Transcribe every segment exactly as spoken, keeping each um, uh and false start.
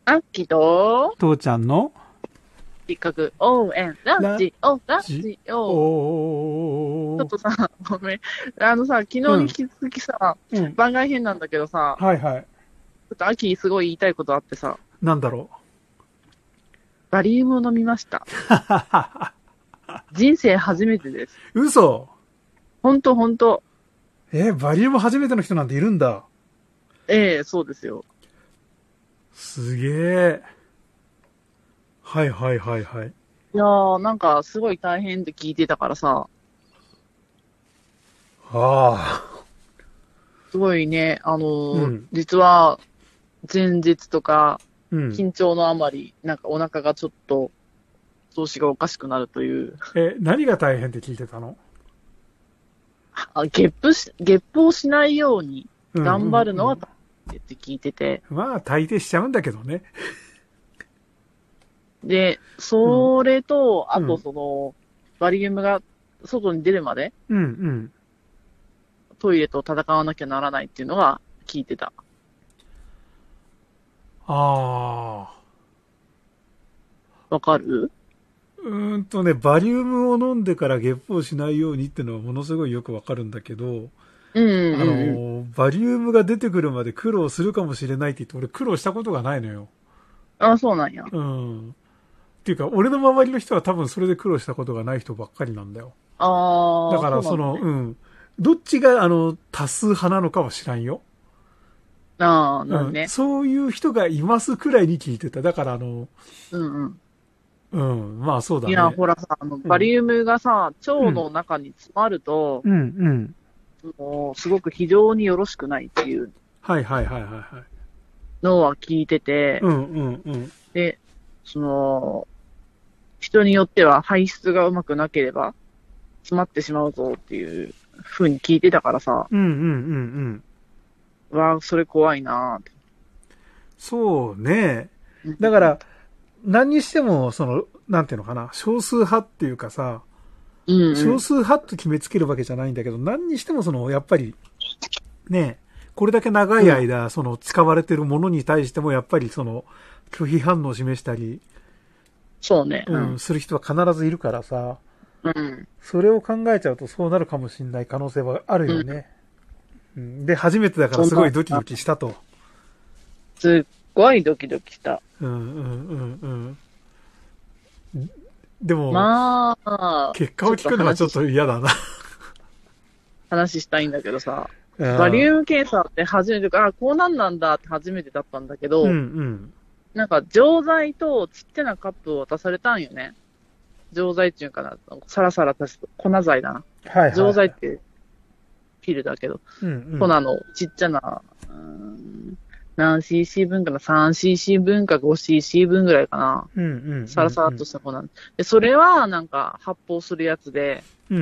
アッキと、 父ちゃんの一角応援ラジオ、ラジオ。ちょっおー。 とさ、ごめん。あのさ、昨日に引き続きさ、 うん。 番外編なんだけどさ、 はいはい。 ちょっとアッキーすごい言いたいことあってさ、 なんだろバリウムを飲みました。人生初めてです。 う。嘘。 ほんとほんと。 え、バリウム初めての人なんているんだ。 ええ、そうですよ。 すげえ。はいはいはいはい。 いやー、なんかすごい大変って聞いてたからさ、 ああ。 すごいね、あのーうん。 実は前日とかうん。 緊張のあまり、なんかお腹がちょっと調子がおかしくなるという、 え、何が大変って聞いてたの？ あ、ゲップし、ゲップをしないようにうんう頑張るんうん。 のは大変って聞いてて、 まあ大抵しちゃうんだけどね。 で、 うん。 それと、あとうん。 その、バリウムが外に出るまでうんうん。 トイレと戦わなきゃならないっていうのが聞いてた。 ああ。 わかる？ うーんとね、バリウムを飲んでからゲップをしないようにってのはものすごいよくわかるんだけど、 うんあうんうん。 の、バリウムが出てくるまで苦労するかもしれないって言って俺苦労したことがないのよ。 あ、そうなんや。 うん。っていうか、俺の周りの人は多分それで苦労したことがない人ばっかりなんだよ。だああ、 からその、 そうなんだね。 うん。どっちがあの、多数派なのかは知らんよ。 ああ、 うん。 なんね。 そういう人がいますくらいに聞いてた。だからあの、 うんうん。 うん。まあそうだいや、 ね。 ほらさ、あの、 うん。 バリウムがさ、腸うん。 の中に詰まると、 うん。うん。 もう、すごく非常によろしくないっていうはいはいはいはいはい。 のは聞いてて、 うんうんうん。 で、その、人によっては排出がうまくなければ詰まってしまうぞっていう風に聞いてたからさ、 うんうんうんうん。 わあ、それ怖いなーって。 そうね。 うんだから、何にしても、その、なんていうのかな、少数派っていうかさ、 うんうん。 少数派と決めつけるわけじゃないんだけど、何にしてもその、やっぱり、ね、これだけ長いうん。 間、その、使われてるものに対しても、やっぱりその、拒否反応を示したり、 そうね。ううん、 ん。 する人は必ずいるからさ、 うん。 それを考えちゃうとそうなるかもしれない可能性はあるうん。 よね。うん、で、初めてだからそんな、 すごいドキドキしたと。 すっごいドキドキした。 うんうんうんうん。でも、 まあ、 結果ちょっとを聞くのはちょっ話し、 と嫌だな。 話したいんだけどさ、 うん。 バリウム検査って初めて、あ、こうなんなんだって初めてだったんだけうんうど、 ん。 なんか錠剤とちっちゃなカップを渡されたんよね。錠剤っていうかな、サラサラ足す粉剤だな。 はいはいはい。 錠剤ってピルだけど、 うんう粉ん。 のちっちゃな、うーん何 シーシー 分かな？ さんシーシー 分か ごシーシー 分ぐらいかな。 うんうんうサラサラっんうん。 とした粉。で、それはなんか発泡するやつで、 うんうん。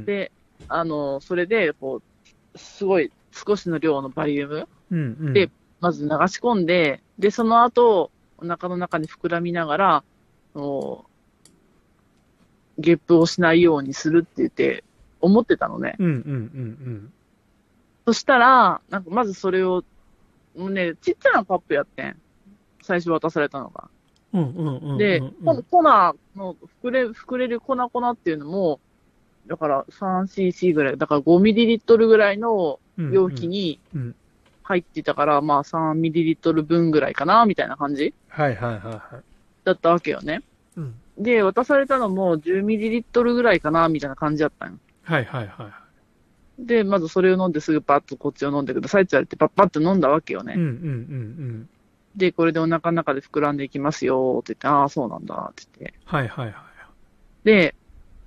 で、あの、それで、こう、すごい少しの量のバリウムうんうで、 ん。 まず流し込んで、で、その後、お腹の中に膨らみながら、もうゲップをしないようにするって言って、思ってたのね。 うんうんうんそしたら、なんかまずそれを、もうね、ちっちゃなカップやってん。最初渡されたのが。 うん。うんうんうんうで、 んうん。 この粉の膨れ、膨れる粉々っていうのも、だから さんシーシー ぐらい、だから ごミリリットル ぐらいのうん容器にうん。 入ってたから、まあ さんミリリットル 分ぐらいかな、みたいな感じはいはいはいはい。 だったわけよね。 うん。 で、渡されたのも じゅうミリリットル ぐらいかな、みたいな感じだったんよ。 はいはいはいはい。 で、まずそれを飲んですぐパッとこっちを飲んでくださいって言われてパッパッと飲んだわけよね。 うんうんうんで、これでお腹の中で膨らんでいきますよって言って、ああ、そうなんだって言って。 はいはいはい。 で、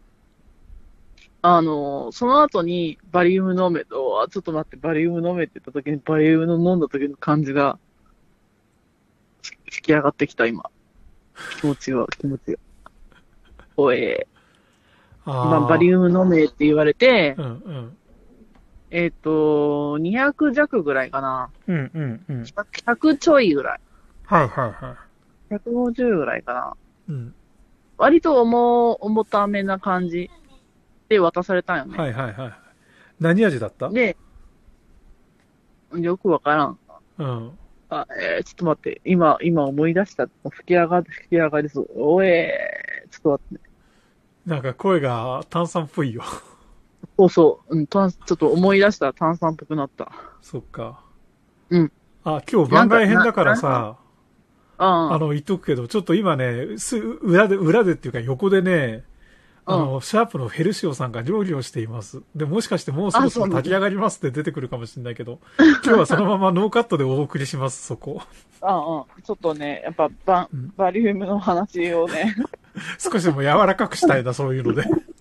あの、その後にバリウム飲めと、あ、ちょっと待って、バリウム飲めって言った時に、バリウムの飲んだ時の感じが、吹き上がってきた、今。気持ちが、気持ちが。おえまあ、バリあウム飲めって言われて、 あ。うんうん。 えっ、と、にひゃく弱ぐらいかな。 うんうんうん。 ひゃくちょいぐらい。 はいはいはひゃくごじゅうぐらいかな。 い。うん。 割と重、重ためな感じで渡されたんよね。 はいはいはい。何味だった？ で、よくわからん。 うん。 あ、えー、ちょっと待って。今、今思い出した。吹き上がり、吹き上がりそう。おえー、ちょっと待って。 なんか声が炭酸っぽいよ。 そうそう。うん、炭ちょっと思い出したら炭酸っぽくなった。 そっか。 うん。 あ、今日番なんか、な、 外編だからなんか、 さ、ああの、言っとくけど、ちょっと今ね、す、裏で、裏でっていうか横でね、 あ、うん。 あの、シャープのフェルシオさんが料理をしています。で、もしかしてもうそろあ、 そろそうなんだ。 炊き上がりますって出てくるかもしれないけど、今日はそのままノーカットでお送りします、そこ。 ああ、ちょっとね、やっぱバ、 うん、 バリウムの話をね。 少しでも柔らかくしたいな、そういうので。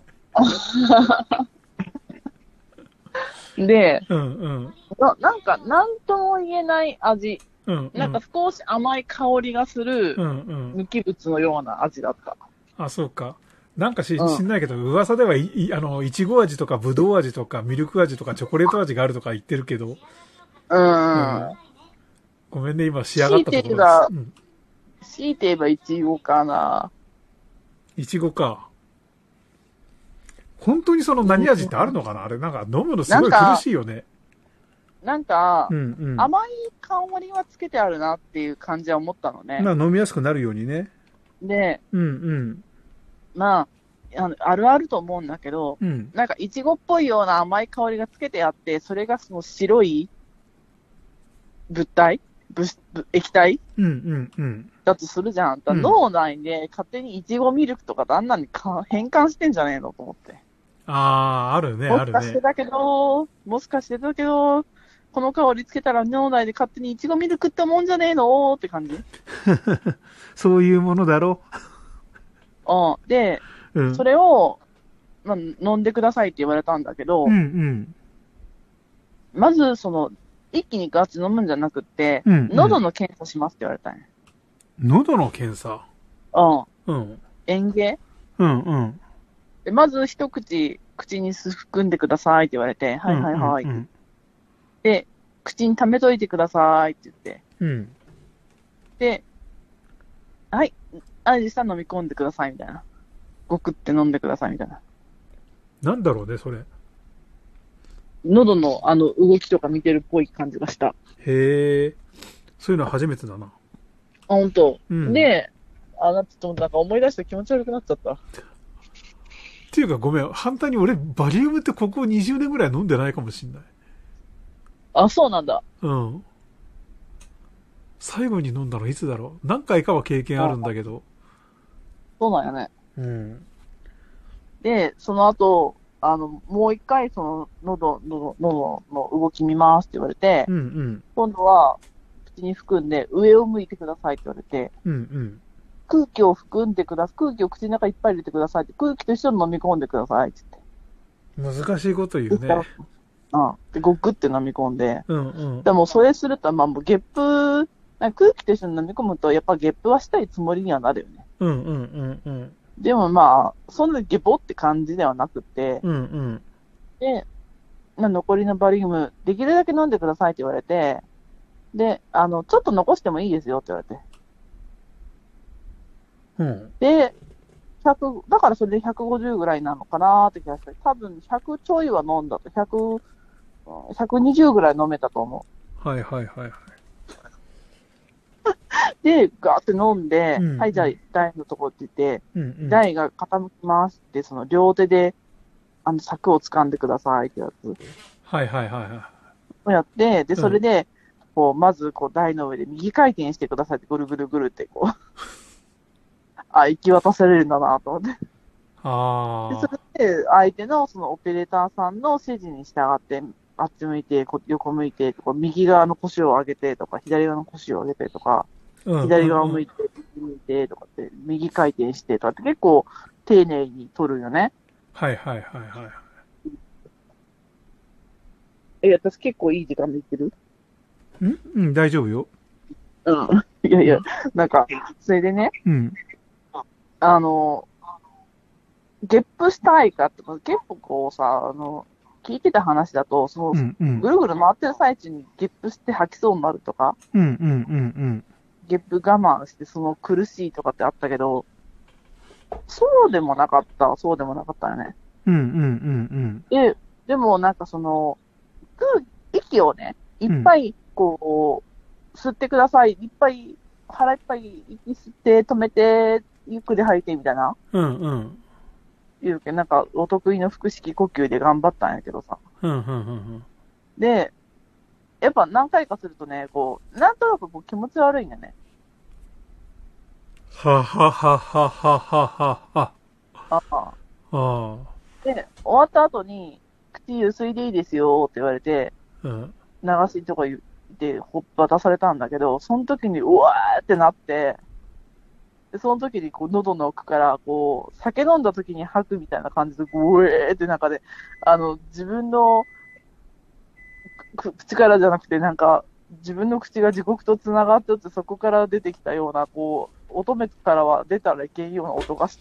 で、 うんうん。 な、なんか、なんとも言えない味。 うんうん。 なんか少し甘い香りがするうんうん。 無機物のような味だった。 あ、そうか。なんかし、 うん。 知んないけど、噂ではい、いあの、いちご味とかぶどう味とかミルク味とかチョコレート味があるとか言ってるけど、 ううん。 ん。 ごめんね、今仕上が強いったところです。 て言えば、 うん。 強いて言えばイチゴかな。 いちごか。本当にそのうん。 何味ってあるのかなあれ、なんか飲むのすごい苦なんか、 しいよね。 なんか、 うんうん。 甘い香りはつけてあるなっていう感じは思ったのね。 まあ飲みやすくなるようにね。 で、 うんうん。 まあ、あの、あるあると思うんだけど、 うん。 なんかイチゴっぽいような甘い香りがつけてあって、それがその白い物体物質、液体うんうんうん。 だとするじゃん。だうん。 脳内で勝手にイチゴミルクとかあんなにか変換してんじゃねえのと思って。 ああ、あるね、 もしあるね。 かしてだけど、もしかしてだけど、この香りつけたら脳内で勝手にイチゴミルクって思うんじゃねえのって感じ。 そういうものだろうん。で、 う。うん。 それを、まあ、飲んでくださいって言われたんだけうんど、 うん。 まず、その、一気にガッチ飲むんじゃなくって、 うんうん。 喉の検査しますって言われたんや。 喉の検査。 うん。 うん。 園芸うんうん。 で、まず一口、口に含んでくださいって言われて、はいうんはいはいって言っうんうん。 て、口に溜めといてくださいって言って、 うん。 で、はい、アイジさん飲み込んでくださいみたいな。ごくって飲んでくださいみたいな。 なんだろうね、それ。 喉のあの動きとか見てるっぽい感じがした。あ、 へえ。そういうのは初めてだな。 ほんと。 うん。 で、あ、なちょっとなんか思い出して気持ち悪くなっちゃった。 っていうかごめん、反対に俺、バリウムってここにじゅうねんぐらい飲んでないかもしんない。 あ、そうなんだ。 うん。最後に飲んだのいつだろう。何回かは経験あるんあ、 だけど。 そうなんやね。 うん。 で、その後、あの、もう一回、その、喉、喉、喉の動き見ますって言われて、 うんうん。 今度は、口に含んで、上を向いてくださいって言われて、 うんうん。 空気を含んでください、空気を口の中いっぱい入れてくださいって、空気と一緒に飲み込んでくださいって難しいこと言言って。 うね。 うん。で、ごくって飲み込んで、 うんうん。 でもそれすると、まあもうゲップ、なんか空気と一緒に飲み込むと、やっぱゲップはしたいつもりにはなるよね。 うんうんうんうん。 でもまあ、そんなゲボって感じではなくて、 うんうん。 で、まあ残りのバリウム、できるだけ飲んでくださいって言われて、で、あの、ちょっと残してもいいですよって言われて。 うん。 で、ひゃく、だからそれでひゃくごじゅうぐらいなのかなーって気がして、多分ひゃくちょいは飲んだと、ひゃく、ひゃくにじゅうぐらい飲めたと思はいはいはいはい。 う。で、ガーって飲んで、 うんはい、じゃあうん。 台のとこって言って、 うんうん。 台が傾きますって、その両手で、あの、柵を掴んでくださいってやつはいはいはいはをやって、で、 い。うん。 それで、こう、まず、こう、台の上で右回転してくださいって、ぐるぐるぐるって、こう、あ、行き渡されるんだなと思って。で、そあれで、相手のそのオペレーターさんの指示に従って、あっち向いて、こ横向いて、とか、右側の腰を上げてとか、左側の腰を上げてとか、 あ。うんう左んうん。 側を向いて、右向いてとかって、右回転してとかって結構丁寧に取るよね。 はいはいはいはい。 え、私結構いい時間で行ってる。 んうん、大丈夫よ。 うん。いやいや、 うん。 なんか、それでね、 うん。 あの、ゲップしたいかとか、結構こうさ、あの、聞いてた話だと、その、 うんうん。 ぐるぐる回ってる最中にゲップして吐きそうになるとか、 うんうんうんゲップ我慢してその苦しいとかってあったけど、そうでもなかった、そうでもなかったよね。 うん。うんうんうんで、でもなんかその、空息をね、いっうん。うん。 ぱいこう、 吸ってください。いっぱい、腹いっぱい息吸って止めて、ゆっくり吐いてみたいな。 うんうん。 言うけど、なんか、お得意の腹式呼吸で頑張ったんやけどさ。 うんうんうんうん。 で、やっぱ何回かするとね、こう、なんとなくこう気持ち悪いんだよね。 はははははははは。 ああ。 あで、終わった後に、口ゆすいでいいですよって言われて、 あ。うん。 流しとか言ってほっ渡されたんだけど、その時にうわーってなって、で、その時にこう喉の奥からこう、酒飲んだ時に吐くみたいな感じで、うえーって中で、あの、自分のく口からじゃなくてなんか、自分の口が地獄と繋がってって、そこから出てきたような、こう、乙女からは出たらいけんような音がして、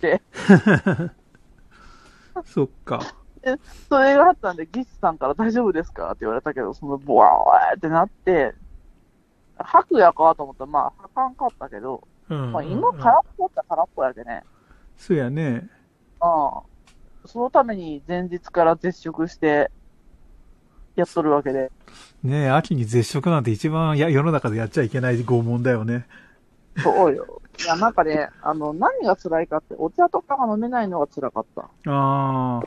そっか。 で、それがあったんで、ギスさんから大丈夫ですかって言われたけど、その、ボワーってなって、吐くやかと思ったら、まあ、吐かんかったけど、 うんまあ、 うんうん。 今空っぽって空っぽやけね。 そうやね。 ああ。そのために前日から絶食して、やっとるわけで。 ねえ、秋に絶食なんて一番や世の中でやっちゃいけない拷問だよね。 そうよ。いや、なんかね、あの、何が辛いかって、お茶とかが飲めないのが辛かった。 ああ。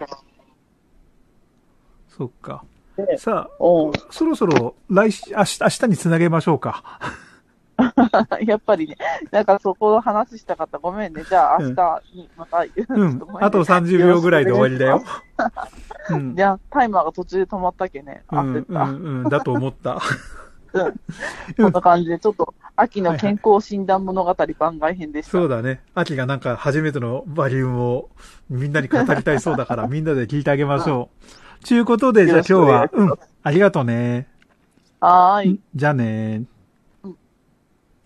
そっか。 で、 さあ、 おうそろそろ来週、明日、明日につなげましょうか。 やっぱりね、なんかそこを話したかった。ごめんね。じゃあ明日にまた、 うん。あとさんじゅうびょうぐらいで終わりだよ。うん。 いや、タイマーが途中で止まったっけね。 うん、 焦った。 うん、うん、だと思った。 うん。こんな感じで、ちょっと、秋の健康診断物語番外編でした。 そうだね。秋がなんか初めてのバリウムをみんなに語りたいそうだから、みんなで聞いてあげましょう。ちゅうことで、じゃあ今日は、うん、ありがとうね。 はーい。 じゃあねー。